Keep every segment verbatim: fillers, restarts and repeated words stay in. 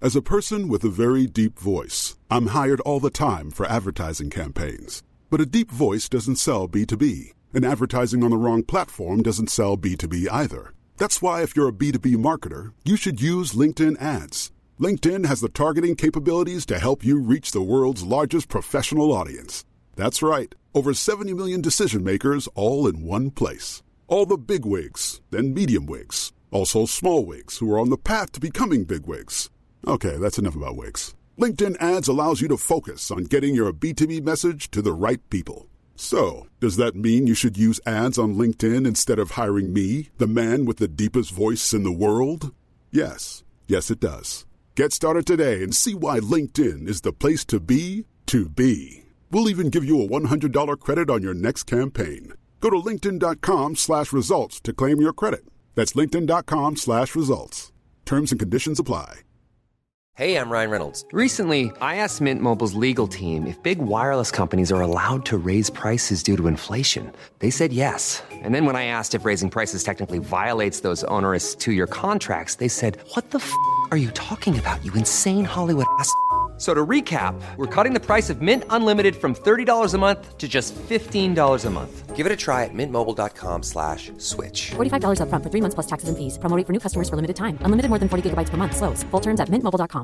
As a person with a very deep voice, I'm hired all the time for advertising campaigns. But a deep voice doesn't sell B two B, and advertising on the wrong platform doesn't sell B two B either. That's why if you're a B two B marketer, you should use LinkedIn ads. LinkedIn has the targeting capabilities to help you reach the world's largest professional audience. That's right, over seventy million decision makers all in one place. All the big wigs, then medium wigs, also small wigs who are on the path to becoming big wigs. Okay, that's enough about wigs. LinkedIn ads allows you to focus on getting your B two B message to the right people. So, does that mean you should use ads on LinkedIn instead of hiring me, the man with the deepest voice in the world? Yes. Yes, it does. Get started today and see why LinkedIn is the place to be to be. We'll even give you a one hundred dollars credit on your next campaign. Go to linkedin.com slash results to claim your credit. That's linkedin.com slash results. Terms and conditions apply. Hey, I'm Ryan Reynolds. Recently, I asked Mint Mobile's legal team if big wireless companies are allowed to raise prices due to inflation. They said yes. And then when I asked if raising prices technically violates those onerous two-year contracts, they said, what the f*** are you talking about, you insane Hollywood ass f- So to recap, we're cutting the price of Mint Unlimited from thirty dollars a month to just fifteen dollars a month. Give it a try at mintmobile.com slash switch. forty-five dollars up front for three months plus taxes and fees. Promo rate for new customers for limited time. Unlimited more than forty gigabytes per month. Slows full terms at mint mobile dot com.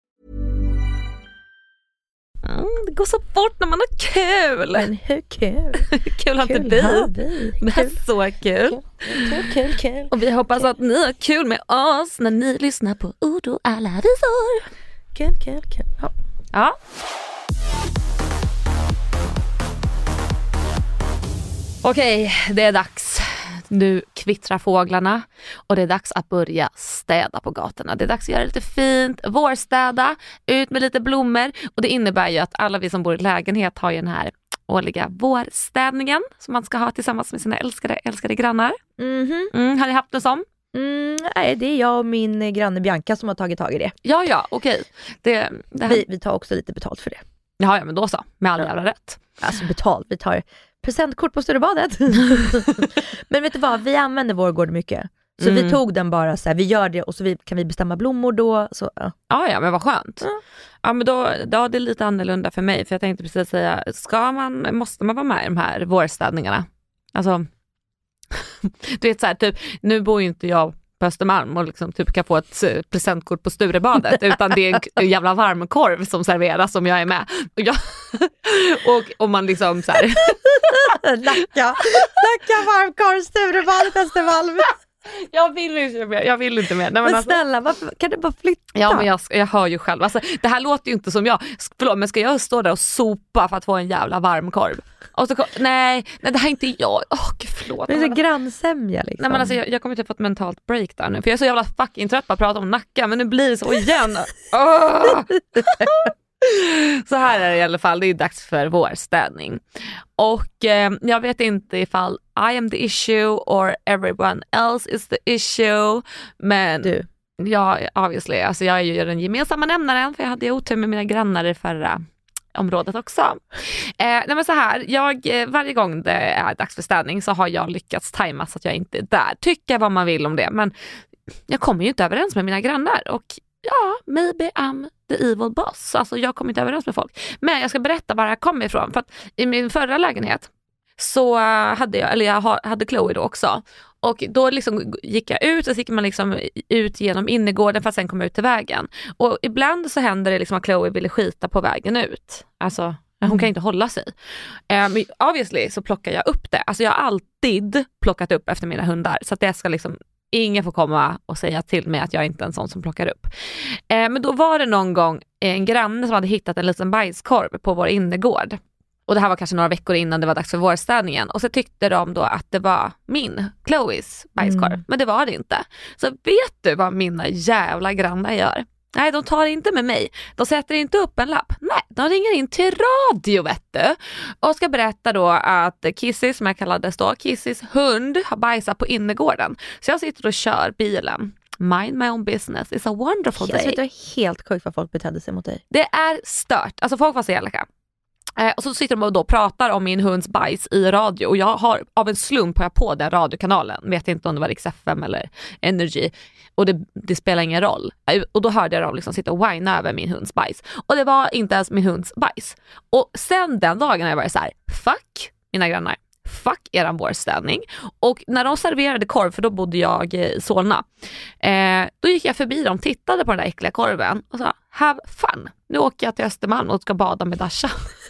Mm, det går så fort när man har kul. Men hur kul? Kul har inte Kul vi. har vi. Det är så kul. Kul, kul, kul. Och vi hoppas kul. att ni har kul med oss när ni lyssnar på Ord och alla visor. Kul, kul, kul. Ja. Ja. Okej, det är dags. Nu kvittrar fåglarna och det är dags att börja städa på gatorna. Det är dags att göra det lite fint, vårstäda, ut med lite blommor. Och det innebär ju att alla vi som bor i lägenhet har ju den här årliga vårstädningen som man ska ha tillsammans med sina älskade, älskade grannar. Mm-hmm. Mm, har ni haft det som? Mm, nej, det är jag och min granne Bianca som har tagit tag i det. Ja, ja, okej. Det, det här... vi, vi tar också lite betalt för det. Ja, ja, men då så. Med all ja. jävla rätt. Alltså betalt, vi tar presentkort på Sturebadet. Men vet du vad, vi använder vår gård mycket. Så mm. vi tog den bara så här, vi gör det och så vi, kan vi bestämma blommor då. Så, ja. Ja, ja, men vad skönt. Ja, ja men då, då är det lite annorlunda för mig. För jag tänkte precis säga, ska man, måste man vara med i de här vårstädningarna? Alltså, du vet så här, typ, nu bor ju inte jag på Östermalm och liksom typ kan få ett presentkort på Sturebadet utan det är en jävla varmkorv som serveras som jag är med. Och, jag, och, och man liksom så här... Nacka, Nacka varmkorv, Sturebadet, Östermalm. Jag vill inte mer. Jag vill inte mer. Nej, men men alltså, snälla, varför, kan du bara flytta? Ja, men jag, jag hör ju själv. Alltså, det här låter ju inte som jag. Förlåt, men ska jag stå där och sopa för att få en jävla varmkorv? Och så, nej, nej, det här är inte jag. Åh, oh, gud, förlåt. Det är så grannsämja liksom. Nej, men alltså, jag, jag kommer inte få ett mentalt break där nu. För jag är så jävla fucking trött på att prata om Nacka. Men nu blir det så igen. Oh! Så här är det i alla fall, det är dags för vårstädning. Och eh, jag vet inte ifall I am the issue or everyone else is the issue. Men du, ja, obviously, alltså jag är ju den gemensamma nämnaren, för jag hade ju otur med mina grannar i förra området också. Eh, nej men så här, jag, varje gång det är dags för städning så har jag lyckats tajma så att jag inte är där. Tycka vad man vill om det, men jag kommer ju inte överens med mina grannar och ja, maybe I'm the evil boss. Alltså jag kommer inte överens med folk. Men jag ska berätta var jag kommer ifrån. För att i min förra lägenhet så hade jag, eller jag hade Chloe då också. Och då liksom gick jag ut och så gick man liksom ut genom innergården för att sen komma ut till vägen. Och ibland så händer det liksom att Chloe ville skita på vägen ut. Alltså hon kan inte hålla sig. Um, obviously så plockar jag upp det. Alltså jag har alltid plockat upp efter mina hundar. Så att det ska liksom, ingen får komma och säga till mig att jag inte är en sån som plockar upp. Eh, men då var det någon gång en granne som hade hittat en liten bajskorv på vår innergård. Och det här var kanske några veckor innan det var dags för vårstädningen. Och så tyckte de då att det var min, Chloes bajskorv. Mm. Men det var det inte. Så vet du vad mina jävla grannar gör? Nej, de tar inte med mig. De sätter inte upp en lapp. Nej, de ringer in till radio, vet du. Och ska berätta då att Kissy, som jag kallades då, Kissys hund har bajsat på innergården. Så jag sitter och kör bilen. Mind my own business. It's a wonderful day. Jag vet, det är helt sjukt vad folk betedde sig mot dig. Det är stört. Alltså folk var så elaka. Eh, och så sitter de och då pratar om min hunds bajs i radio. Och jag har, av en slump har jag på den radiokanalen. Vet inte om det var Rix F M eller Energy. och det, det spelar ingen roll. Och då hörde jag dem liksom sitta och whina över min hunds bajs. Och det var inte ens min hunds bajs. Och sen den dagen har jag varit så här: fuck mina grannar. Fuck eran vårstädning. Och när de serverade korv, för då bodde jag i Solna, eh, då gick jag förbi dem, tittade på den där äckliga korven och sa: have fun. Nu åker jag till Östermalm och ska bada med Dasha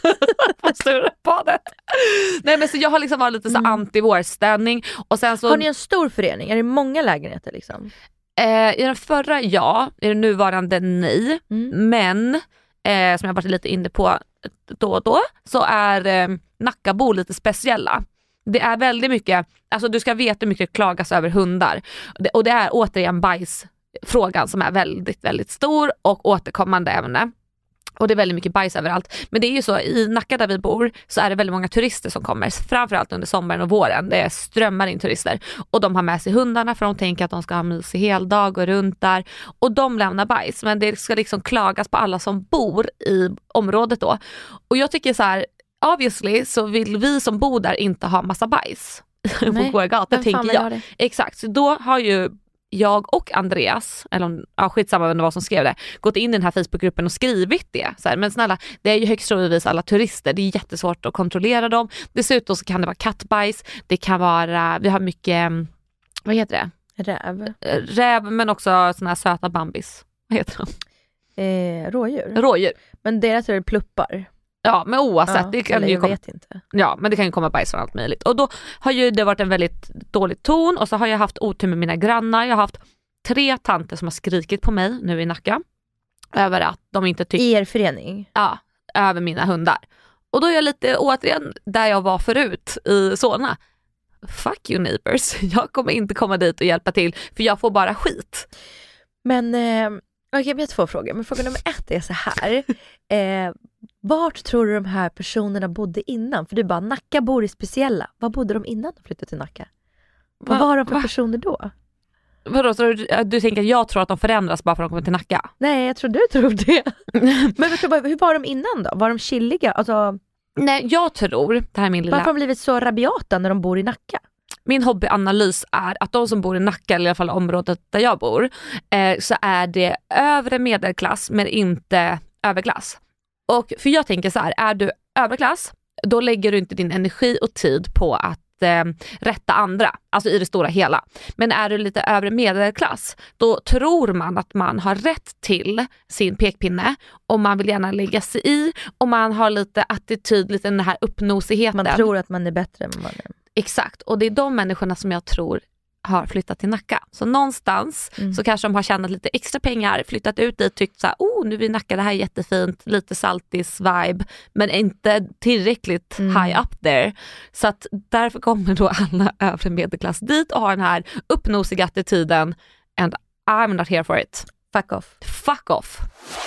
på Sturebadet. Nej, men så jag har liksom varit lite så mm. anti-vårstädning. Och sen så... Har ni en stor förening? Är det många lägenheter liksom? Eh, I den förra ja, i den nuvarande nej. Mm. Men eh, som jag varit lite inne på då och då, så är eh, Nackabo lite speciella. Det är väldigt mycket, alltså du ska veta hur mycket klagas över hundar. Och det är återigen bajsfrågan som är väldigt, väldigt stor och återkommande ämne. Och det är väldigt mycket bajs överallt. Men det är ju så, i Nacka där vi bor så är det väldigt många turister som kommer. Framförallt under sommaren och våren. Det är strömmar in turister. Och de har med sig hundarna för de tänker att de ska ha mysig heldag och runt där. Och de lämnar bajs. Men det ska liksom klagas på alla som bor i området då. Och jag tycker så här, obviously så vill vi som bor där inte ha massa bajs på våra gator, tänker jag. Exakt, så då har ju jag och Andreas, eller ja, skitsamma vem det var som skrev det, gått in i den här Facebookgruppen och skrivit det. Så här, men snälla, det är ju högst troligtvis alla turister. Det är jättesvårt att kontrollera dem. Dessutom så kan det vara kattbajs. Det kan vara, vi har mycket, vad heter det? Räv. Räv, men också såna här söta bambis. Vad heter de? Eh, rådjur. Rådjur. Men deras är det pluppar. Ja, men oavsett. Ja, det kan ju jag komma, vet inte. Ja, men det kan ju komma bajs från allt möjligt. Och då har ju det varit en väldigt dålig ton. Och så har jag haft otur med mina grannar. Jag har haft tre tanter som har skrikit på mig nu i Nacka. Över att de inte tycker... I er förening? Ja, över mina hundar. Och då är jag lite återigen där jag var förut i Solna. Fuck you neighbors. Jag kommer inte komma dit och hjälpa till. För jag får bara skit. Men... Eh... Okej, jag har två frågor. Men fråga nummer ett är så här. Eh, vart tror du de här personerna bodde innan? För du bara, Nacka bor i speciella. Var bodde de innan de flyttade till Nacka? Vad Va, var de för va? personer då? Vadå, så du, du tänker att jag tror att de förändras bara för att de kommer till Nacka? Nej, jag tror du tror det. Men vet du, hur var de innan då? Var de chilliga? Alltså, nej, jag tror, det här är min lilla... Varför har de blivit så rabiata när de bor i Nacka? Min hobbyanalys är att de som bor i Nacka, eller i alla fall området där jag bor, eh, så är det övre medelklass men inte överklass. Och för jag tänker så här, är du överklass, då lägger du inte din energi och tid på att eh, rätta andra, alltså i det stora hela. Men är du lite övre medelklass, då tror man att man har rätt till sin pekpinne och man vill gärna lägga sig i och man har lite attityd, lite den här uppnosigheten. Man tror att man är bättre än man är. Exakt, och det är de människorna som jag tror har flyttat till Nacka. Så någonstans mm. så kanske de har tjänat lite extra pengar, flyttat ut dit, tyckt så här, oh nu är vi i Nacka, det här är jättefint, lite saltis vibe, men inte tillräckligt mm. high up there. Så att därför kommer då alla övre medelklass dit och har den här uppnosiga attityden, and I'm not here for it. Fuck off. Fuck off.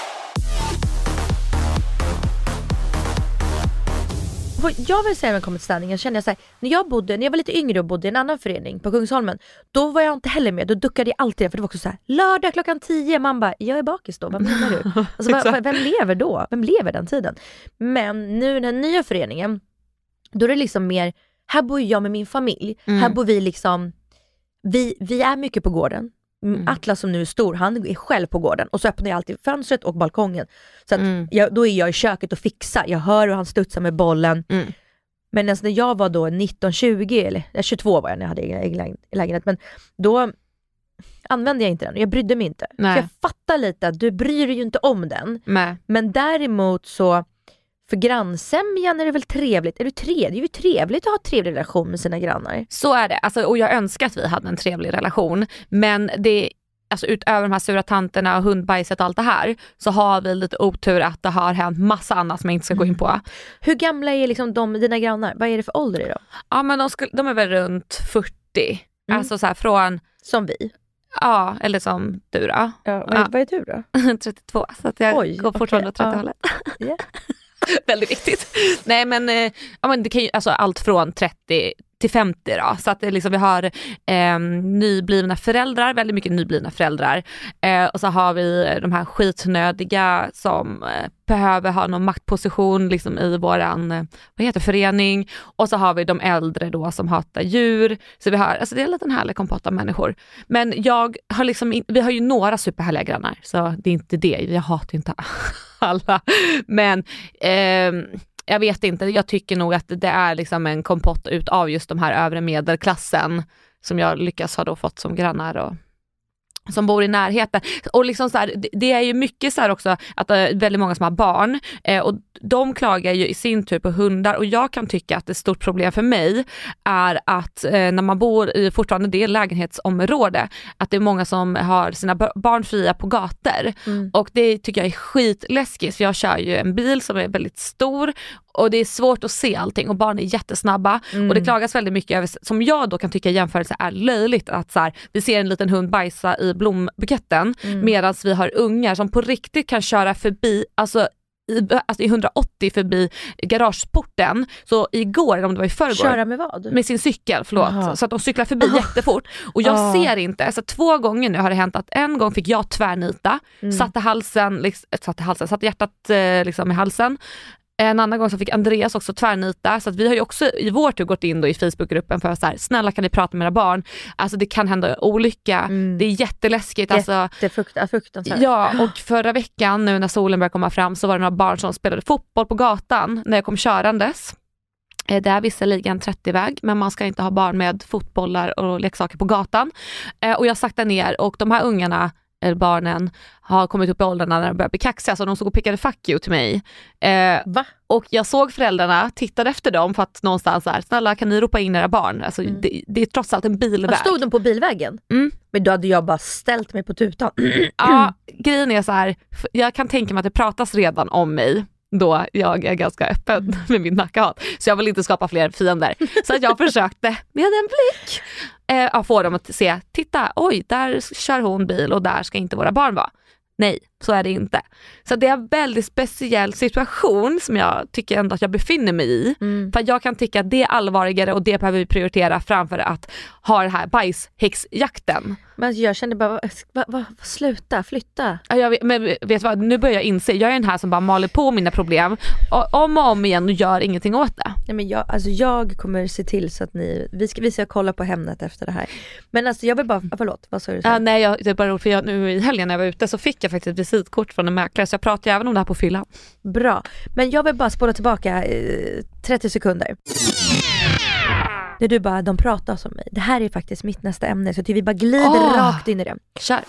Jag vill säga när jag kommer till städningen, känner jag så här, när jag bodde, när jag var lite yngre och bodde i en annan förening på Kungsholmen, då var jag inte heller med, då duckade jag alltid, för det var också så här, lördag klockan tio, man bara, jag är bakis då, vad menar du? Alltså, vad, vem lever då? Vem lever den tiden? Men nu den nya föreningen, då är det liksom mer, här bor jag med min familj, mm. här bor vi liksom, vi, vi är mycket på gården. Mm. Atlas som nu är stor, han är själv på gården och så öppnar jag alltid fönstret och balkongen så att mm. jag, då är jag i köket och fixar, jag hör hur han studsar med bollen mm. men alltså när jag var då nitton tjugo eller tjugotvå var jag när jag hade egen lägenhet, men då använde jag inte den, jag brydde mig inte. Nej. För jag fattar lite att du bryr dig ju inte om den. Nej. Men däremot så för grannsämjan är det väl trevligt. Är du tre? Det är ju trevligt att ha en trevlig relation med sina grannar. Så är det. Alltså, och jag önskar att vi hade en trevlig relation. Men det, alltså, utöver de här sura tanterna och hundbajset och allt det här, så har vi lite otur att det har hänt massa annat som jag inte ska gå in på. Hur gamla är liksom de, dina grannar? Vad är det för ålder i dem? Ja, men de, ska, de är väl runt fyrtio. Mm. Alltså så här från... Som vi? Ja, eller som du då. Ja, vad, ja. vad är du då? trettiotvå, så att jag Oj, går fortfarande åt okay. trettiotalet. Ja. Yeah. Väldigt viktigt. Nej, men, ja, men det kan ju, alltså, allt från trettio till femtio då. Så att det liksom, vi har eh, nyblivna föräldrar, väldigt mycket nyblivna föräldrar. Eh, och så har vi de här skitnödiga som eh, behöver ha någon maktposition liksom i våran eh, vad heter förening. Och så har vi de äldre då som hatar djur. Så vi har, alltså det är en liten härlig kompott av människor. Men jag har liksom, in, vi har ju några superhärliga grannar. Så det är inte det, jag hatar inte alla. Men eh, jag vet inte, jag tycker nog att det är liksom en kompott ut av just de här övre medelklassen som jag lyckas ha då fått som grannar och som bor i närheten. Och liksom så här, det är ju mycket så här också att det är väldigt många som har barn eh, och de klagar ju i sin tur på hundar och jag kan tycka att ett stort problem för mig är att eh, när man bor i fortfarande det lägenhetsområde att det är många som har sina b- barn fria på gator mm. och det tycker jag är skitläskigt för jag kör ju en bil som är väldigt stor och det är svårt att se allting och barn är jättesnabba mm. och det klagas väldigt mycket över, som jag då kan tycka i jämförelse är löjligt att så här, vi ser en liten hund bajsa i blombuketten mm. medan vi har ungar som på riktigt kan köra förbi, alltså I, alltså i hundraåttio förbi garageporten. Så igår, om det var i förrgår, köra med vad? Med sin cykel, förlåt. Aha. Så att de cyklar förbi Aha. jättefort. Och jag Aha. ser inte, så två gånger nu har det hänt att en gång fick jag tvärnita, mm. satte halsen, liksom, satte halsen, satte hjärtat eh, liksom i halsen. En annan gång så fick Andreas också tvärnita. Så att vi har ju också i vår tur gått in då i Facebookgruppen för att så här, snälla kan ni prata med era barn? Alltså det kan hända olycka. Mm. Det är jätteläskigt. Jättefruktansvärt. Alltså, fruktansvärt. Ja, och förra veckan nu när solen började komma fram så var det några barn som spelade fotboll på gatan när jag kom körandes. Det är visserligen trettio-väg, men man ska inte ha barn med fotbollar och leksaker på gatan. Och jag saktade ner och de här ungarna eller barnen har kommit upp i åldrarna när de börjar bli kaxiga så de såg och pickade fuck you till mig. Eh, Va? Och jag såg föräldrarna, tittade efter dem för att någonstans så här, snälla kan ni ropa in era barn? Alltså, mm. det, det är trots allt en bilväg. Och stod de på bilvägen? Mm. Men då hade jag bara ställt mig på tutan. Ja, grejen är så här, jag kan tänka mig att det pratas redan om mig då jag är ganska öppen med min nackat. Så jag vill inte skapa fler fiender. Så att jag försökte med en blick eh, få dem att se, titta, oj, där kör hon bil och där ska inte våra barn vara. Nej, så är det inte. Så det är en väldigt speciell situation som jag tycker ändå att jag befinner mig i. Mm. För jag kan tycka att det är allvarligare och det behöver vi prioritera framför att ha den här bajshäxjakten. Men jag kände bara, va, va, sluta, flytta. Ja, jag vet, men vet du vad, nu börjar jag inse, jag är den här som bara maler på mina problem och, om och om igen och gör ingenting åt det. Nej, men jag, alltså jag kommer se till så att ni, vi ska, vi ska kolla på Hemnet efter det här. Men alltså jag vill bara, förlåt, vad sa du? Ja, nej, jag, det är bara roligt för jag, nu i helgen när jag var ute så fick jag faktiskt ett visitkort från en mäklare så jag pratar även om det här på fyllan. Bra, men jag vill bara spola tillbaka eh, trettio sekunder. Det du bara, de pratar som mig. Det här är faktiskt mitt nästa ämne så att vi bara glider oh, rakt in i det. Kör.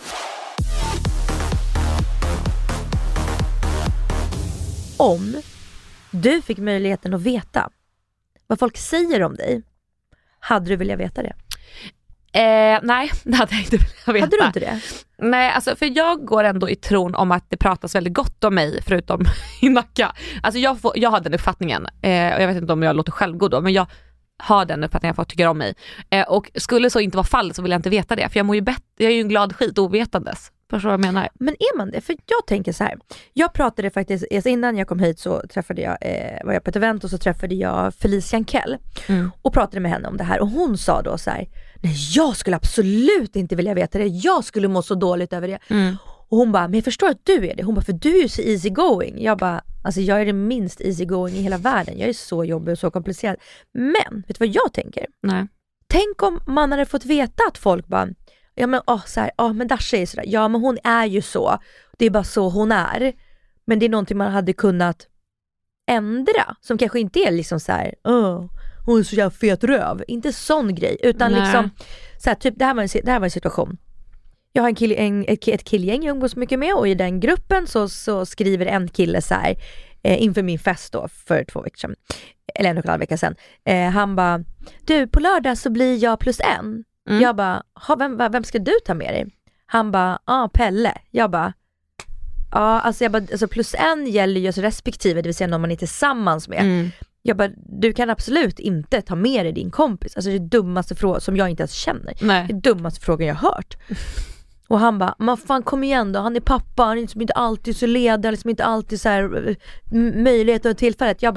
Om du fick möjligheten att veta vad folk säger om dig, hade du velat veta det? Eh, nej, det hade jag inte velat veta. Hade du inte det? Nej, alltså för jag går ändå i tron om att det pratas väldigt gott om mig förutom i Nacka. Alltså jag, får, jag har den uppfattningen eh, och jag vet inte om jag låter självgod då, men jag har den uppfattningen att folk tycker om mig. Eh, och skulle så inte vara fallet så vill jag inte veta det. För jag mår ju bättre, jag är ju en glad skit ovetandes. Förstår vad jag menar? Men är man det? För jag tänker så här. Jag pratade faktiskt, innan jag kom hit så träffade jag, eh, var jag på ett event och så träffade jag Felice Jankell. Mm. Och pratade med henne om det här. Och hon sa då så här, nej jag skulle absolut inte vilja veta det. Jag skulle må så dåligt över det. Mm. Och hon bara, men jag förstår att du är det. Hon bara, för du är ju så easy going. Jag bara, alltså jag är det minst easy going i hela världen. Jag är så jobbig och så komplicerad. Men, vet du vad jag tänker? Nej. Tänk om man hade fått veta att folk bara, ja men åh, så här, åh, men Dasha är sådär. Ja men hon är ju så. Det är bara så hon är. Men det är någonting man hade kunnat ändra. Som kanske inte är liksom så här, åh, hon är så jävla fet röv. Inte sån grej. Utan Nej. liksom, så här, typ, det här var en, det här var en situation. Jag har en kill, en, ett, ett killgäng jag umgås mycket med. Och i den gruppen så, så skriver en kille så här, eh, inför min fest då för två veckor sedan. Eller en och en halv vecka sedan. Eh, han bara, du på lördag så blir jag plus en. Mm. Jag bara, vem, vem ska du ta med dig? Han bara, ja ah, Pelle. Jag bara, ja alltså, jag bara, alltså plus en gäller ju respektive, det vill säga någon man är tillsammans med. Mm. Jag bara, du kan absolut inte ta med dig din kompis. Alltså det är dummaste frågan som jag inte ens känner. Nej. Det är dummaste frågan jag har hört. Och han bara, men fan kom igen då, han är pappa, han är liksom inte alltid så ledare, liksom inte alltid så här möjlighet och tillfället. Jag bara,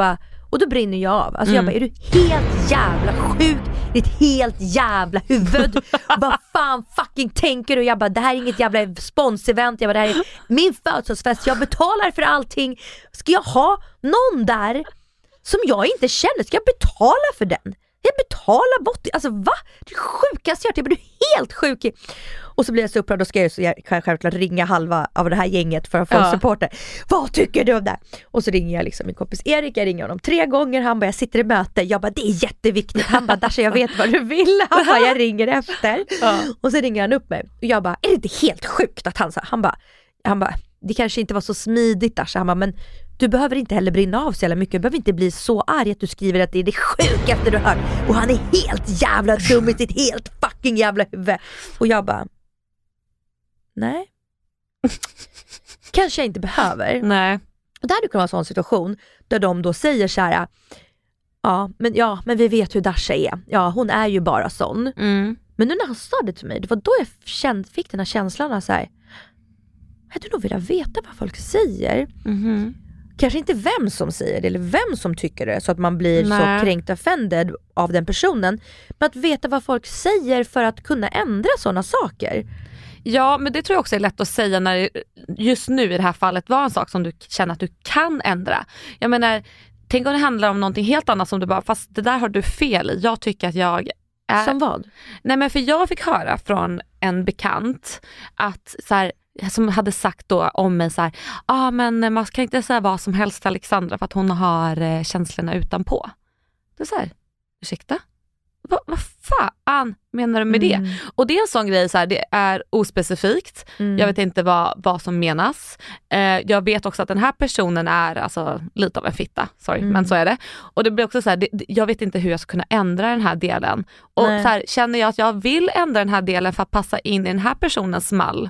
Och då brinner jag av. Alltså Mm. jag bara, är du helt jävla sjuk? Ditt helt jävla huvud. Vad fan fucking tänker du? Jag bara, det här är inget jävla sponsevent. Jag bara, det här är min födelsedagsfest. Jag betalar för allting. Ska jag ha någon där som jag inte känner? Ska jag betala för den? Jag betalar bort. Alltså va? Det är sjukaste jag. Jag blir helt sjuk. Och så blir jag så upprörd och ska jag så jag kan självklart ringa halva av det här gänget för att få Ja. supporter. Vad tycker du om det? Och så ringer jag liksom min kompis Erik. Jag ringer honom tre gånger. Han bara, jag sitter i möte. Jag bara, det är jätteviktigt. Han bara, Dasha, jag vet vad du vill. Han bara, jag ringer efter. Ja. Och så ringer han upp mig. Och jag bara, är det inte helt sjukt att han sa? Han bara, han bara, det kanske inte var så smidigt Dasha. Han bara, men du behöver inte heller brinna av så jävla mycket. Du behöver inte bli så arg att du skriver att det är det sjukaste du hört. Och han är helt jävla dum i sitt helt fucking jävla huvud. Och jag bara, nej. Kanske jag inte behöver. Nej. Och där kan vara en sån situation där de då säger så här: ja men, ja, men vi vet hur Dasha är. Ja, hon är ju bara sån. Mm. Men nu när han sa det till mig, det var då jag kände, fick den här känslan av så här: jag hade nog velat veta vad folk säger. Mhm. Kanske inte vem som säger det eller vem som tycker det, så att man blir Nej. så kränkt offended av den personen. Men att veta vad folk säger för att kunna ändra sådana saker. Ja, men det tror jag också är lätt att säga när det just nu i det här fallet var en sak som du känner att du kan ändra. Jag menar, tänk om det handlar om någonting helt annat som du bara, fast det där har du fel i. Jag tycker att jag är... Som vad? Nej, men för jag fick höra från en bekant att så här, som hade sagt då om mig så här, ja ah, men man kan inte säga vad som helst till Alexandra för att hon har eh, känslorna utanpå. Det är så här, ursäkta? Vad va fan menar du med Mm. det? Och det är en sån grej så här, det är ospecifikt. Mm. Jag vet inte vad, vad som menas. Eh, jag vet också att den här personen är alltså lite av en fitta. Sorry, Mm. men så är det. Och det blir också så här, det, jag vet inte hur jag ska kunna ändra den här delen. Och Nej. så här, känner jag att jag vill ändra den här delen för att passa in i den här personens mall?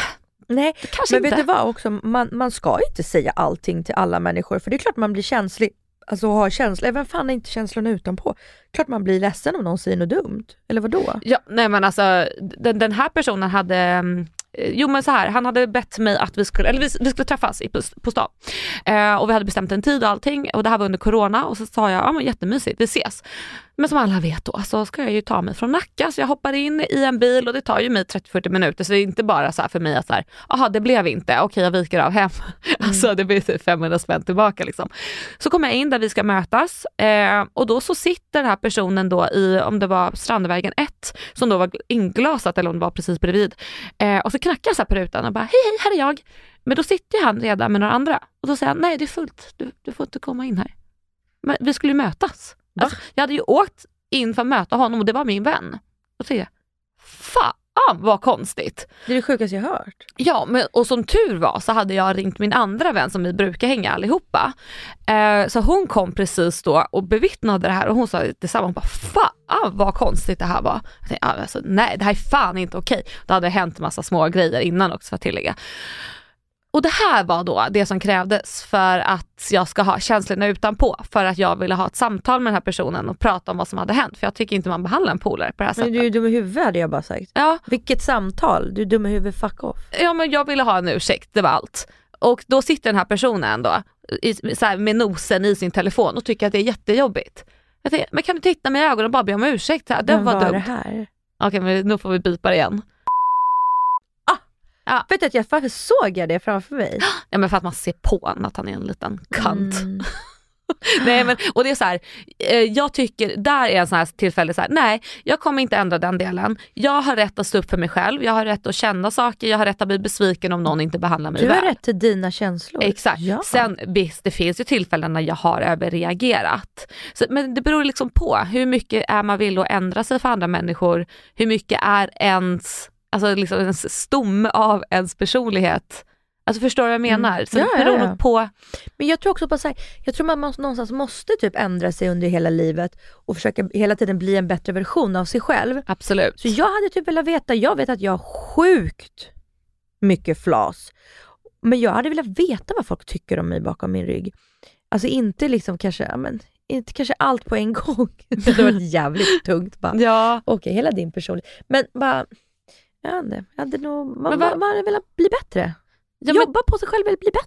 Nej, Kanske men inte. vet du vad också, man, man ska ju inte säga allting till alla människor, för det är klart man blir känslig, alltså har känslor, vem fan är inte känslorna utanpå? Klart man blir ledsen om någon säger något dumt, eller vadå? Ja, nej men alltså den, den här personen hade mm, jo men så här, han hade bett mig att vi skulle, eller vi, vi skulle träffas i, på, på stan. Eh, och vi hade bestämt en tid och allting, och det här var under corona, och så sa jag, ja men jättemysigt, vi ses. Men som alla vet då, så ska jag ju ta mig från Nacka, så jag hoppar in i en bil och det tar ju mig trettio till fyrtio minuter, så det är inte bara så här för mig att så här, aha, det blev inte, okej jag viker av hem. Mm. Alltså det blir typ femhundra spänn tillbaka liksom. Så kommer jag in där vi ska mötas, eh, och då så sitter den här personen då i, om det var Strandvägen ett, som då var inglasat, eller om det var precis bredvid. Eh, och så knackar jag så här på rutan och bara, hej hej, här är jag. Men då sitter han redan med några andra. Och då säger han, nej det är fullt, du, du får inte komma in här. Men vi skulle ju mötas. Alltså, jag hade ju åkt in för att möta honom och det var min vän. Och så säger jag, fan vad konstigt. Det är det sjukaste jag hört. Ja, men, och som tur var så hade jag ringt min andra vän som vi brukar hänga allihopa. Eh, så hon kom precis då och bevittnade det här och hon sa detsamma. Hon bara, fan vad konstigt det här var. Jag tänkte, alltså, nej, det här är fan inte okej. Det hade hänt en massa små grejer innan också för att tillägga. Och det här var då det som krävdes för att jag ska ha känslorna utanpå. För att jag ville ha ett samtal med den här personen och prata om vad som hade hänt. För jag tycker inte man behandlar en polare på det här Men sättet. du är dum i huvudet, hade jag bara sagt. Ja, Vilket samtal? Du är dum i huvudet, fuck off. ja, men jag ville ha en ursäkt, det var allt. Och då sitter den här personen då i, så här, med nosen i sin telefon och tycker att det är jättejobbigt. Jag tänkte, men kan du titta mig i ögonen och bara be om ursäkt? Det Vem var var dumt. det här? Okej, men nu får vi bipa det igen. Ja. Vet du att jag faktiskt såg jag det framför mig? Ja, men för att man ser på honom att han är en liten kant. Mm. Nej, men, och det är så här, eh, jag tycker, där är en sån här tillfälle så här, nej, jag kommer inte ändra den delen. Jag har rätt att stå upp för mig själv, jag har rätt att känna saker, jag har rätt att bli besviken om någon inte behandlar mig Du har väl. rätt till dina känslor. Exakt. Ja. Sen visst, det finns ju tillfällen när jag har överreagerat. Så, men det beror liksom på hur mycket är man vill att ändra sig för andra människor. Hur mycket är ens, alltså liksom ens stomme av ens personlighet. Alltså förstår du vad jag menar? Mm. Så Ja, det beror ja, ja. nog på. Men jag tror också på så här, jag tror man måste, någonstans måste typ ändra sig under hela livet och försöka hela tiden bli en bättre version av sig själv. Absolut. Så jag hade typ velat veta, jag vet att jag har sjukt mycket flas. Men jag hade velat veta vad folk tycker om mig bakom min rygg. Alltså inte liksom kanske, ja, men inte kanske allt på en gång. Det hade varit jävligt tungt bara. Ja. Okej, hela din personlighet. Men bara, jag vet inte, jag hade nog, man, Men va- man hade velat bli bättre. Ja, men, Jobba på sig själv eller bli bättre.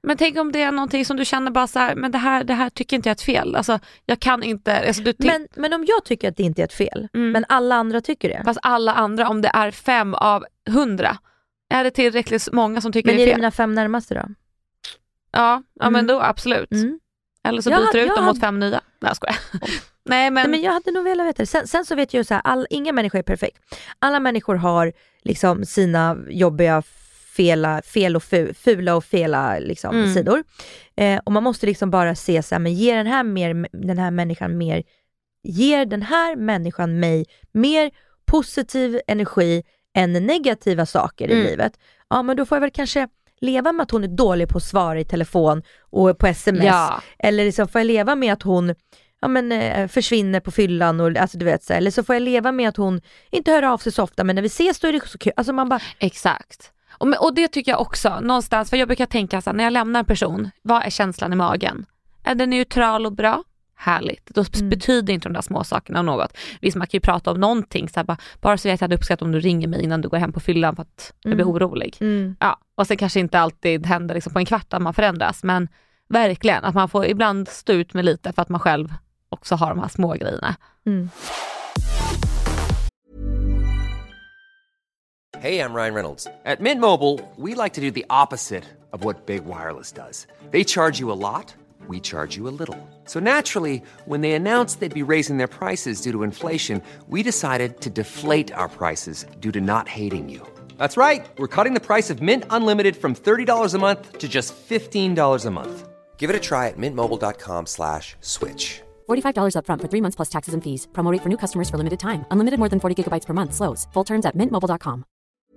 Men tänk om det är någonting som du känner bara så här, men det här, det här tycker inte jag är ett fel. Alltså, jag kan inte... Alltså, du ty- men, men om jag tycker att det inte är ett fel, mm. men alla andra tycker det. Fast alla andra, om det är fem av hundra, är det tillräckligt många som tycker men det är fel? Men är det mina fem närmaste då? Ja, ja mm. men då absolut. Mm. Eller så byter du ut dem hade... mot fem nya. Nej, jag skojar. Oh. Nej, men... Nej, men jag hade nog velat veta det. Sen, sen så vet jag ju så här, all, inga människor är perfekt. Alla människor har liksom sina jobbiga fela, fel och fu, fula och fela liksom, mm. sidor. Eh, och man måste liksom bara se så här, men ger den här, mer, den här människan mer, ger den här människan mig mer positiv energi än negativa saker mm. i livet. Ja, men då får jag väl kanske leva med att hon är dålig på att svara i telefon och på sms. Ja. Eller liksom får jag leva med att hon ja, men, eh, försvinner på fyllan. Och, alltså, du vet, så, eller så får jag leva med att hon inte hör av sig så ofta. Men när vi ses då är det så kul. Alltså, man bara... Exakt. Och, och det tycker jag också. Någonstans, för jag brukar tänka så här, när jag lämnar en person, vad är känslan i magen? Är den neutral och bra? Härligt. Då mm. betyder inte de där små sakerna något. Visst, man kan ju prata om någonting så här, bara, bara så vet jag hade uppskattat om du ringer mig innan du går hem på fyllan för att jag blir mm. orolig. Mm. Ja, och sen kanske inte alltid händer liksom på en kvart att man förändras, men verkligen att man får ibland stå ut med lite för att man själv också har de här små grejerna. Mm. Hey, I'm Ryan Reynolds. At Mint Mobile, we like to do the opposite of what Big Wireless does. They charge you a lot. We charge you a little. So naturally, when they announced they'd be raising their prices due to inflation, we decided to deflate our prices due to not hating you. That's right. We're cutting the price of Mint Unlimited from thirty dollars a month to just fifteen dollars a month. Give it a try at mintmobile.com slash switch. forty-five dollars up front for three months plus taxes and fees. Promo rate for new customers for limited time. Unlimited more than forty gigabytes per month. Slows full terms at mint mobile dot com.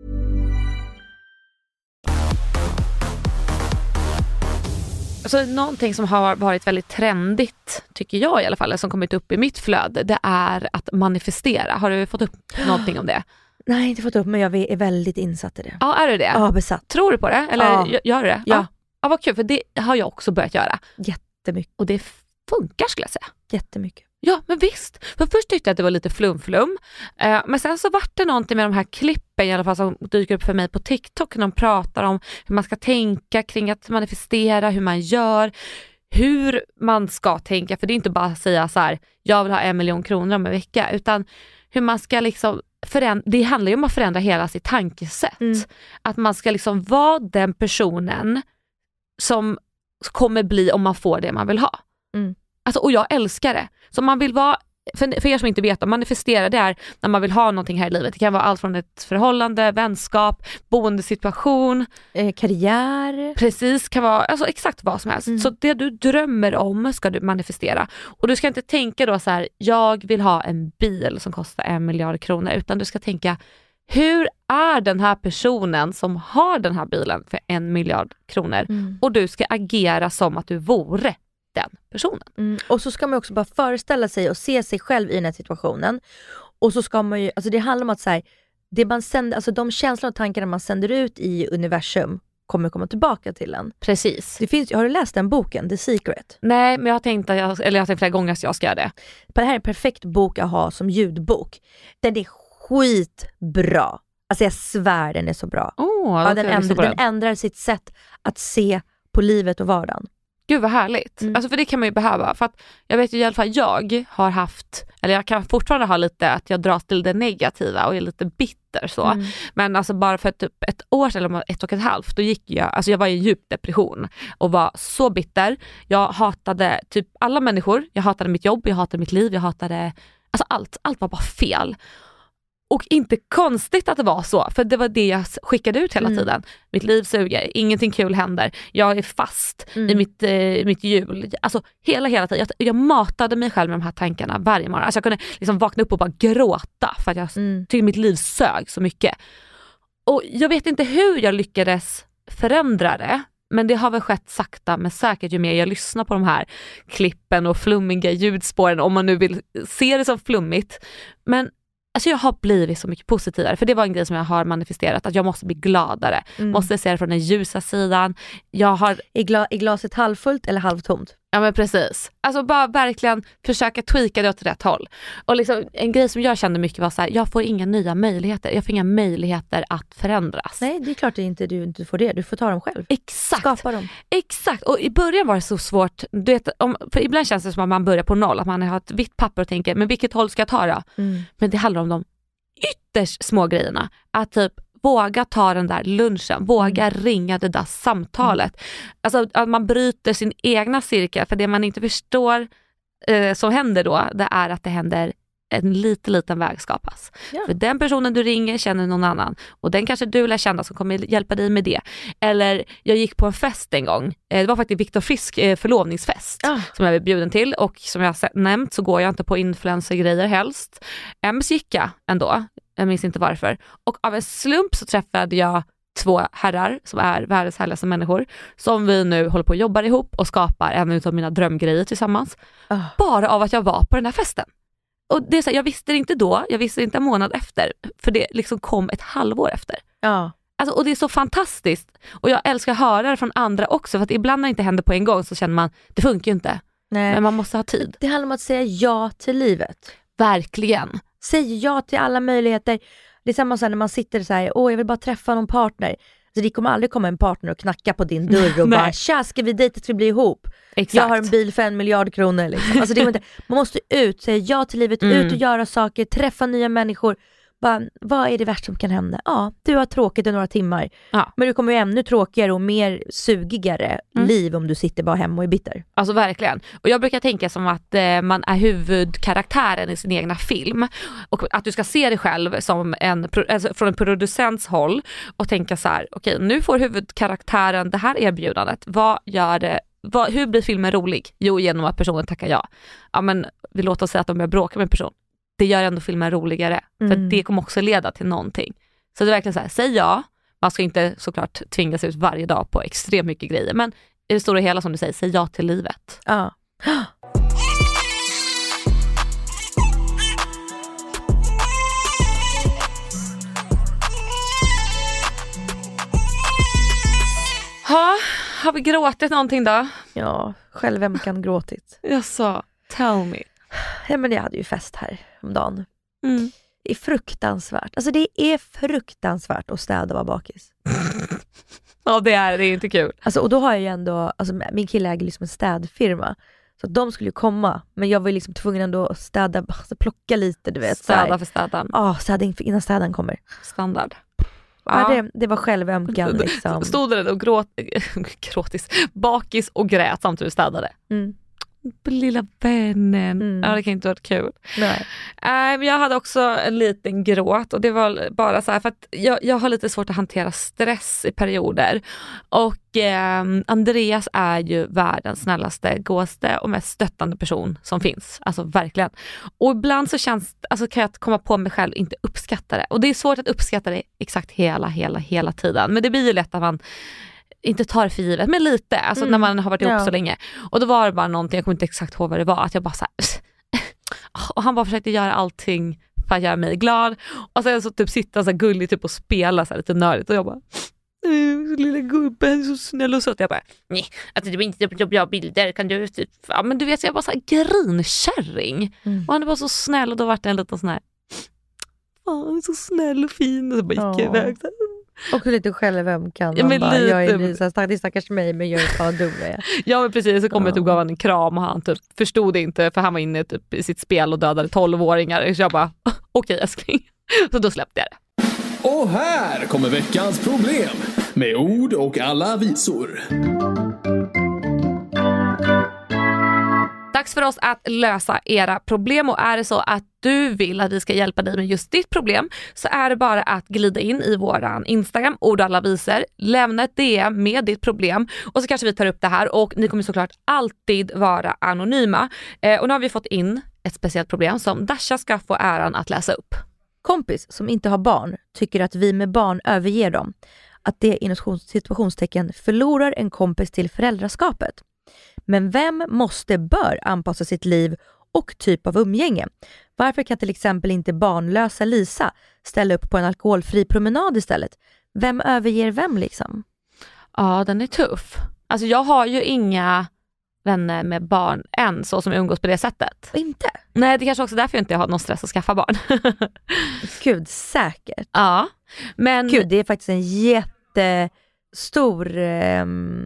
Alltså, någonting som har varit väldigt trendigt, tycker jag i alla fall, som kommit upp i mitt flöde, det är att manifestera. Har du fått upp någonting om det? Nej, inte fått upp, men jag är väldigt insatt i det. Ja, är du det? Ja, besatt. Tror du på det? Eller ja. Gör du det? Ja. ja. Ja, vad kul, för det har jag också börjat göra. Jättemycket. Och det funkar, skulle jag säga. Jättemycket. Ja, men visst. För först tyckte jag att det var lite flum-flum. Eh, men sen så vart det någonting med de här klippen i alla fall som dyker upp för mig på TikTok. När de pratar om hur man ska tänka kring att manifestera, hur man gör, hur man ska tänka. För det är inte bara att säga så här, jag vill ha en miljon kronor om en vecka. Utan hur man ska liksom förändra, det handlar ju om att förändra hela sitt tankesätt. Mm. Att man ska liksom vara den personen som kommer bli om man får det man vill ha. Mm. Alltså, och jag älskar det. Så man vill vara, för, för er som inte vet, att manifestera, det är när man vill ha någonting här i livet. Det kan vara allt från ett förhållande, vänskap, boendesituation, eh, karriär. Precis, kan vara alltså exakt vad som helst. Mm. Så det du drömmer om ska du manifestera. Och du ska inte tänka då så här, jag vill ha en bil som kostar en miljard kronor, utan du ska tänka, hur är den här personen som har den här bilen för en miljard kronor? Mm. Och du ska agera som att du vore den personen. Mm. Och så ska man också bara föreställa sig och se sig själv i den här situationen. Och så ska man ju, alltså det handlar om att så här, det man sänder, alltså de känslor och tankar man sänder ut i universum kommer komma tillbaka till en. Precis. Det finns, har du läst den boken, The Secret? Nej, men jag har tänkt, att jag, eller jag har tänkt flera gånger att jag ska göra det. Det här är en perfekt bok att ha som ljudbok. Den är skitbra. Alltså jag svär, den är så bra. Oh, ja, den, ändrar, den ändrar sitt sätt att se på livet och vardagen. Gud vad härligt. Mm. Alltså för det kan man ju behöva. För att jag vet ju i alla fall, jag har haft, eller jag kan fortfarande ha lite att jag dras till det negativa och är lite bitter så. Mm. Men alltså bara för typ ett år eller ett och ett halvt, då gick jag, alltså jag var i en djup depression och var så bitter. Jag hatade typ alla människor. Jag hatade mitt jobb, jag hatade mitt liv, jag hatade, alltså allt. Allt var bara fel. Och inte konstigt att det var så, för det var det jag skickade ut hela mm. tiden. Mitt liv suger, ingenting kul händer. Jag är fast mm. i mitt, eh, mitt hjul. Alltså hela, hela tiden. Jag, jag matade mig själv med de här tankarna varje morgon. Alltså jag kunde liksom vakna upp och bara gråta för att jag mm. tyckte mitt liv sög så mycket. Och jag vet inte hur jag lyckades förändra det. Men det har väl skett sakta men säkert ju mer jag lyssnar på de här klippen och flummiga ljudspåren, om man nu vill se det som flummigt. Men alltså jag har blivit så mycket positivare, för det var en grej som jag har manifesterat, att jag måste bli gladare. Mm. Måste se det från den ljusa sidan. Jag har... Är, gla- är glaset halvfullt eller halvtomt? Ja men precis. Alltså bara verkligen försöka tweaka det åt rätt håll. Och liksom, en grej som jag kände mycket var så här, jag får inga nya möjligheter. Jag får inga möjligheter att förändras. Nej, det är klart att inte du inte får det. Du får ta dem själv. Exakt. Skapa dem. Exakt. Och i början var det så svårt. Du vet, om, för ibland känns det som att man börjar på noll. Att man har ett vitt papper och tänker, men vilket håll ska jag ta då? Mm. Men det handlar om de ytterst små grejerna. Att typ våga ta den där lunchen, våga mm. ringa det där samtalet. Mm. Alltså att man bryter sin egna cirkel, för det man inte förstår eh, som händer då, det är att det händer en liten, liten väg skapas. Ja. För den personen du ringer känner någon annan, och den kanske du lär känna som kommer hjälpa dig med det. Eller jag gick på en fest en gång, eh, det var faktiskt Viktor Frisk eh, förlovningsfest ja. som jag blev bjuden till, och som jag har nämnt så går jag inte på influencergrejer helst. Men så gick jag ändå. Jag minns inte varför. Och av en slump så träffade jag två herrar som är världens härligaste människor, som vi nu håller på att jobba ihop och skapar en av mina drömgrejer tillsammans. Oh. Bara av att jag var på den här festen. Och det är så här, jag visste det inte då, jag visste det inte en månad efter, för det liksom kom ett halvår efter. Ja. Alltså, och det är så fantastiskt. Och jag älskar att höra det från andra också, för att ibland när det inte händer på en gång så känner man, det funkar ju inte. Nej. Men man måste ha tid. Det handlar om att säga ja till livet. Verkligen. Säg ja till alla möjligheter. Det är samma som när man sitter så här, åh jag vill bara träffa någon partner. Så det kommer aldrig komma en partner och knacka på din dörr och bara, tja, ska vi dejta, ska vi bli ihop? Exakt. Jag har en bil för en miljard kronor. Liksom. Alltså det är inte, man måste ut, säga ja till livet, mm. ut och göra saker, träffa nya människor. Bara, vad är det värsta som kan hända? Ja, du har tråkigt i några timmar. Ja. Men du kommer ju ännu tråkigare och mer sugigare mm. liv om du sitter bara hemma och är bitter. Alltså verkligen. Och jag brukar tänka som att eh, man är huvudkaraktären i sin egna film. Och att du ska se dig själv som en, alltså från en producents håll och tänka så här, okej, okay, nu får huvudkaraktären det här erbjudandet. Vad gör det? Vad, hur blir filmen rolig? Jo, genom att personen tackar ja. Ja, men vi låter oss säga att de börjar bråka med en person. Det gör ändå filmen roligare. Mm. För det kommer också leda till någonting. Så det är verkligen så här, säg ja. Man ska inte såklart tvingas ut varje dag på extremt mycket grejer. Men i det stora hela som du säger, säg ja till livet. Ja. Ha, har vi gråtit någonting då? Ja, själv vem kan gråtit? Jag sa, tell me. Ja, men jag hade ju fest här om dagen. Mm. Det är fruktansvärt. Alltså det är fruktansvärt att städa och vara bakis. Ja, det är det är inte kul. Alltså, och då har jag ju ändå, alltså min kille äger liksom en städfirma. Så de skulle ju komma. Men jag var ju liksom tvungen ändå att städa, alltså plocka lite, du vet. Städa för städan. Ja, oh, städa innan städan kommer. Standard. Ja, ja det, det var självömkan liksom. Stod det och gråt, gråtis, bakis och grät samtidigt städade. Mm. Lilla vännen. Mm. Ja, det kan inte vara kul. Nej. Äh, jag hade också en liten gråt, och det var bara så här för att jag, jag har lite svårt att hantera stress i perioder. Och eh, Andreas är ju världens snällaste, gåste och mest stöttande person som finns. Alltså verkligen. Och ibland så känns, alltså kan jag komma på mig själv inte uppskatta det. Och det är svårt att uppskatta det exakt hela, hela, hela tiden. Men det blir ju lätt att man inte tar det för givet, men lite, alltså mm. när man har varit ihop ja. så länge. Och då var det bara någonting, jag kommer inte exakt ihåg vad det var, att jag bara så här, och han bara försökte göra allting för att göra mig glad. Och sen så typ sitta så här gulligt typ och spela så här lite nördigt, och jag bara, lilla gubben, så snäll och söt. Jag bara, nej, att du inte gör bra bilder, kan du typ, ja men du vet, jag bara så här grinkärring. Mm. Och han var så snäll, och då var det en liten sån här, åh, så snäll och fin, och så bara gick jag iväg så här. Och lite självömkan. Ja, men bara, lite. Jag är så här, stackars mig, men jag är så dum. Jag. Ja, men precis. Så kom ja. jag typ gav han en kram, och han typ förstod inte, för han var inne typ i sitt spel och dödade tolvåringar. Så jag bara, okej okay, älskling. Så då släppte jag det. Och här kommer veckans problem med ord och alla visor. Dags för oss att lösa era problem, och är det så att du vill att vi ska hjälpa dig med just ditt problem, så är det bara att glida in i våran Instagram, ord och alla visor, lämna ett D M med ditt problem, och så kanske vi tar upp det här, och ni kommer såklart alltid vara anonyma. Eh, och nu har vi fått in ett speciellt problem som Dasha ska få äran att läsa upp. Kompis som inte har barn tycker att vi med barn överger dem. Att det inom situationstecken förlorar en kompis till föräldraskapet. Men vem måste bör anpassa sitt liv och typ av umgänge? Varför kan till exempel inte barnlösa Lisa ställa upp på en alkoholfri promenad istället? Vem överger vem liksom? Ja, den är tuff. Alltså jag har ju inga vänner med barn än så som umgås på det sättet. Inte? Nej, det är kanske också därför jag inte har någon stress att skaffa barn. Gud, säkert. Ja, men... Gud, det är faktiskt en jättestor eh,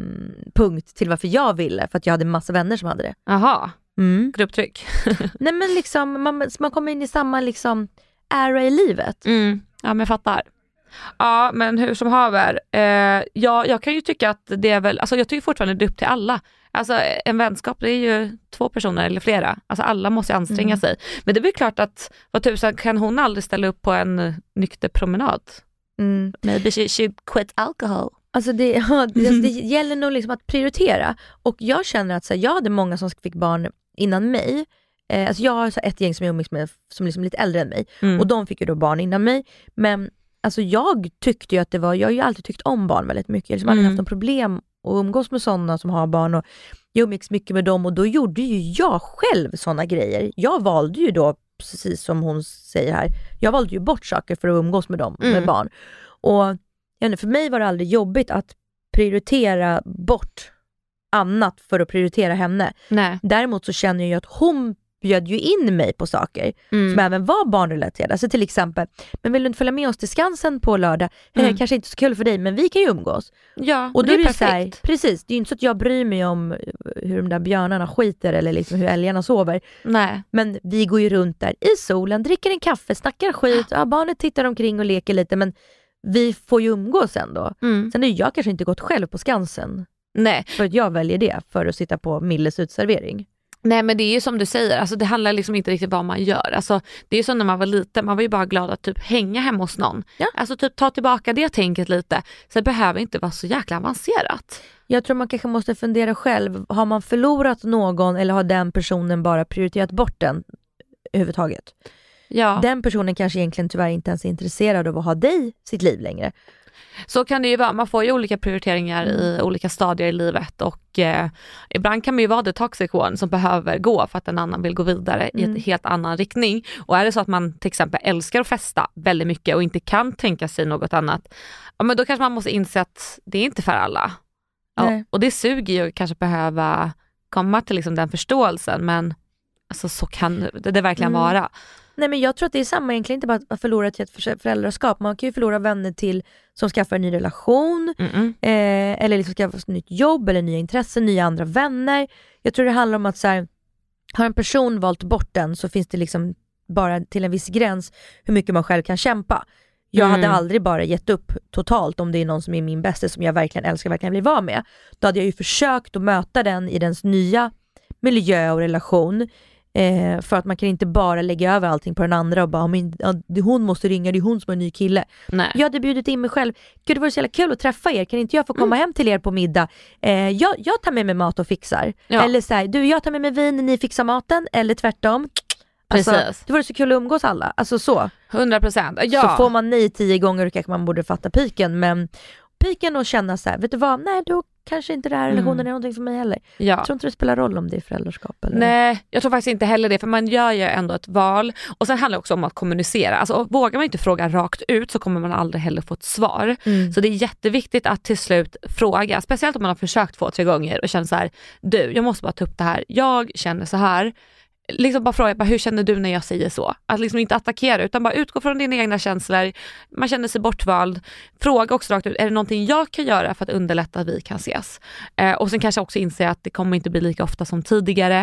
punkt till varför jag ville. För att jag hade en massa vänner som hade det. Jaha, mm. grupptryck. Nej, men liksom, man, man kommer in i samma liksom era i livet. Mm. Ja, men jag fattar. Ja, men hur som haver. Eh, ja, jag kan ju tycka att det är väl... Alltså jag tycker fortfarande det är upp till alla. Alltså en vänskap, det är ju två personer eller flera. Alltså alla måste anstränga mm. sig. Men det blir klart att, vad tusan, kan hon aldrig ställa upp på en nykter promenad? Mm. Maybe she should quit alcohol. Alltså det, ja, det, det gäller nog liksom att prioritera. Och jag känner att så här, jag hade många som fick barn innan mig. Eh, alltså jag har så här, ett gäng som jag umgås med som liksom är lite äldre än mig. Mm. Och de fick ju då barn innan mig. Men alltså jag tyckte ju att det var, jag har ju alltid tyckt om barn väldigt mycket. Jag har liksom aldrig Mm. haft någon problem och umgås med sådana som har barn, och jag umgicks mycket med dem, och då gjorde ju jag själv sådana grejer. Jag valde ju då, precis som hon säger här, jag valde ju bort saker för att umgås med dem, Mm. med barn. Och jag vet, för mig var det aldrig jobbigt att prioritera bort annat för att prioritera henne. Nej. Däremot så känner jag ju att hon bjöd ju in mig på saker Mm. som även var barnrelaterade. Alltså till exempel, men vill du inte följa med oss till Skansen på lördag? Mm. Eh, kanske inte så kul för dig, men vi kan ju umgås. Ja, Och då det är är det perfekt. så här, precis, det är ju inte så att jag bryr mig om hur de där björnarna skiter eller liksom hur älgarna sover. Nej. Men vi går ju runt där i solen, dricker en kaffe, snackar skit, ja, barnet tittar omkring och leker lite, men vi får ju umgås ändå. Mm. Sen har ju jag kanske inte gått själv på Skansen, Nej. för att jag väljer det för att sitta på Milles utservering. Nej, men det är ju som du säger, alltså det handlar liksom inte riktigt vad man gör. Alltså det är ju som när man var liten, man var ju bara glad att typ hänga hemma hos någon. Ja. Alltså typ ta tillbaka det tänket lite. Så det behöver inte vara så jäkla avancerat. Jag tror man kanske måste fundera själv, har man förlorat någon eller har den personen bara prioriterat bort den överhuvudtaget? Ja. Den personen kanske egentligen tyvärr inte ens är intresserad av att ha dig i sitt liv längre. Så kan det ju vara, man får ju olika prioriteringar Mm. i olika stadier i livet, och eh, ibland kan man ju vara the toxic one som behöver gå för att en annan vill gå vidare Mm. i en helt annan riktning. Och är det så att man till exempel älskar att festa väldigt mycket och inte kan tänka sig något annat, ja, men då kanske man måste inse att det är inte för alla. Ja, Nej. och det suger ju att kanske behöva komma till liksom den förståelsen, men alltså, så kan det, det verkligen Mm. vara. Nej, men jag tror att det är samma egentligen, inte bara att man förlorar till ett för- föräldraskap. Man kan ju förlora vänner till som skaffar en ny relation, Mm-mm. eh, eller liksom skaffar ett nytt jobb eller nya intressen, nya andra vänner. Jag tror det handlar om att så här, har en person valt bort den, så finns det liksom bara till en viss gräns hur mycket man själv kan kämpa. Jag Mm. hade aldrig bara gett upp totalt om det är någon som är min bästa, som jag verkligen älskar, verkligen vill vara med. Då hade jag ju försökt att möta den i dens nya miljö och relation. Eh, för att man kan inte bara lägga över allting på den andra och bara, men, ja, hon måste ringa, det är hon som är en ny kille. Nej. Jag hade bjudit in mig själv. Gud, det vore så jävla kul att träffa er. Kan inte jag få komma Mm. hem till er på middag? Eh, jag, jag tar med mig mat och fixar. Ja. Eller så här, du, jag tar med mig vin, ni fixar maten. Eller tvärtom. Alltså, Precis. det vore så kul att umgås alla. Alltså så. hundra procent. Ja. Så får man nej tio gånger, och kanske man borde fatta piken. Men piken och känna så här, vet du vad? Nej, då kanske inte det här relationen Mm. är någonting för mig heller. Ja. Jag tror inte det spelar roll om det är föräldraskap eller... Nej, jag tror faktiskt inte heller det, för man gör ju ändå ett val, och sen handlar det också om att kommunicera. Alltså, vågar man inte fråga rakt ut så kommer man aldrig heller få ett svar. Mm. Så det är jätteviktigt att till slut fråga, speciellt om man har försökt två, tre gånger och känner så här: du, jag måste bara ta upp det här, jag känner så här. Liksom bara fråga, bara, hur känner du när jag säger så? Att liksom inte attackera, utan bara utgå från dina egna känslor. Man känner sig bortvald. Fråga också rakt ut, är det någonting jag kan göra för att underlätta att vi kan ses? Eh, och sen kanske också inse att det kommer inte bli lika ofta som tidigare.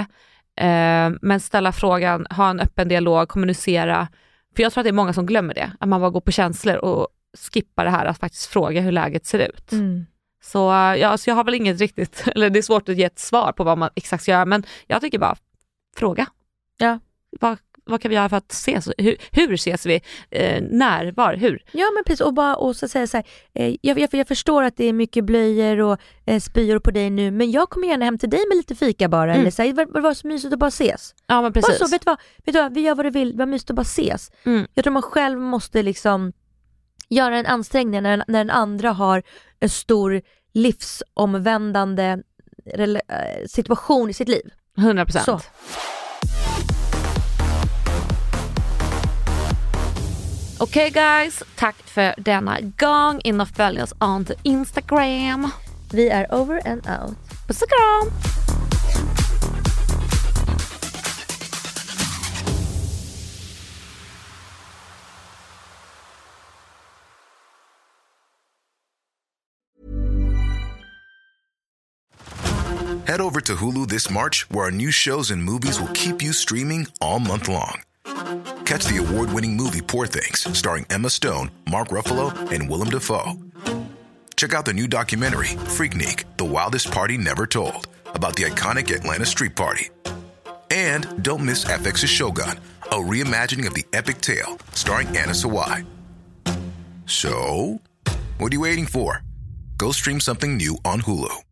Eh, men ställa frågan, ha en öppen dialog, kommunicera. För jag tror att det är många som glömmer det. Att man bara går på känslor och skippar det här att faktiskt fråga hur läget ser ut. Mm. Så, ja, så jag har väl inget riktigt, eller det är svårt att ge ett svar på vad man exakt ska göra, men jag tycker bara fråga. Ja. Vad, vad kan vi göra för att ses? Hur, hur ses vi? Eh, när? Var? Hur? Ja, men precis, och bara och så säga så här, eh, jag, jag, jag förstår att det är mycket blöjor och eh, spyor på dig nu, men jag kommer gärna hem till dig med lite fika bara, Mm. eller så här, det var, var så mysigt att bara ses. Ja, men Bara precis. så, vet du vad, vet du vad, vi gör vad du vill, det var mysigt att bara ses. Mm. Jag tror man själv måste liksom göra en ansträngning när, när den andra har en stor livsomvändande rela- eh, situation i sitt liv. hundra procent. Så. Okej okay, guys, tack för denna gång. In och följ oss on Instagram. Vi är over and out. Puss och kram! Head over to Hulu this March, where our new shows and movies will keep you streaming all month long. Catch the award-winning movie Poor Things, starring Emma Stone, Mark Ruffalo, and Willem Dafoe. Check out the new documentary, Freaknik, The Wildest Party Never Told, about the iconic Atlanta Street Party. And don't miss F X's Shogun, a reimagining of the epic tale, starring Anna Sawai. So, what are you waiting for? Go stream something new on Hulu.